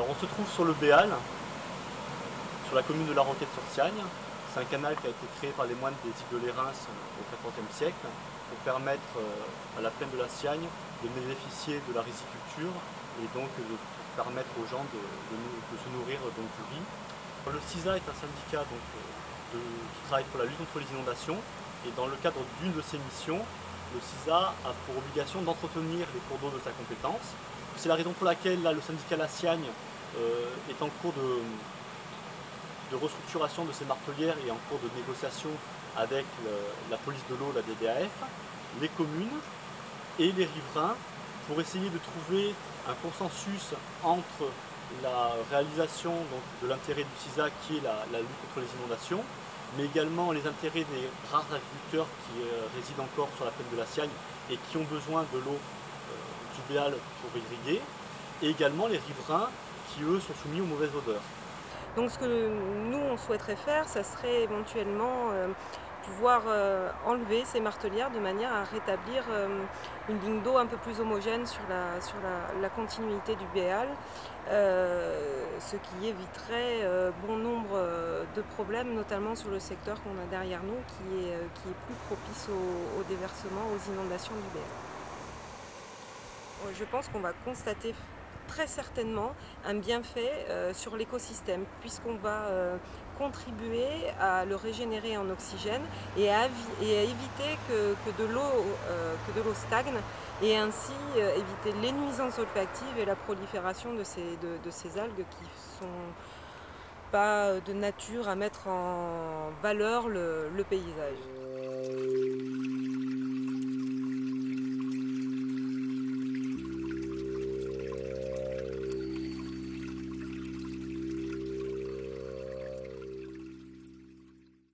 Alors on se trouve sur le Béal, sur la commune de La Roquette-sur-Siagne. C'est un canal qui a été créé par les moines des îles de Lérins au XIVe siècle pour permettre à la plaine de la Siagne de bénéficier de la riziculture et donc de permettre aux gens de se nourrir donc, du riz. Le CISA est un syndicat qui travaille pour la lutte contre les inondations et dans le cadre d'une de ses missions, le CISA a pour obligation d'entretenir les cours d'eau de sa compétence. C'est la raison pour laquelle là, le syndicat La Siagne est en cours de restructuration de ses martelières et en cours de négociation avec la police de l'eau, la DDAF, les communes et les riverains pour essayer de trouver un consensus entre la réalisation donc, de l'intérêt du CISA qui est la lutte contre les inondations, mais également les intérêts des rares agriculteurs qui résident encore sur la plaine de la Siagne et qui ont besoin de l'eau du Béal pour irriguer, et également les riverains qui eux sont soumis aux mauvaises odeurs. Donc ce que nous, on souhaiterait faire, ça serait éventuellement pouvoir enlever ces martelières de manière à rétablir une ligne d'eau un peu plus homogène sur la continuité du Béal, ce qui éviterait bon nombre de problèmes, notamment sur le secteur qu'on a derrière nous, qui est plus propice au déversement, aux inondations du Béal. Je pense qu'on va constater très certainement un bienfait sur l'écosystème, puisqu'on va contribuer à le régénérer en oxygène et à éviter que de l'eau stagne, et ainsi éviter les nuisances olfactives et la prolifération de ces algues qui sont pas de nature à mettre en valeur le paysage.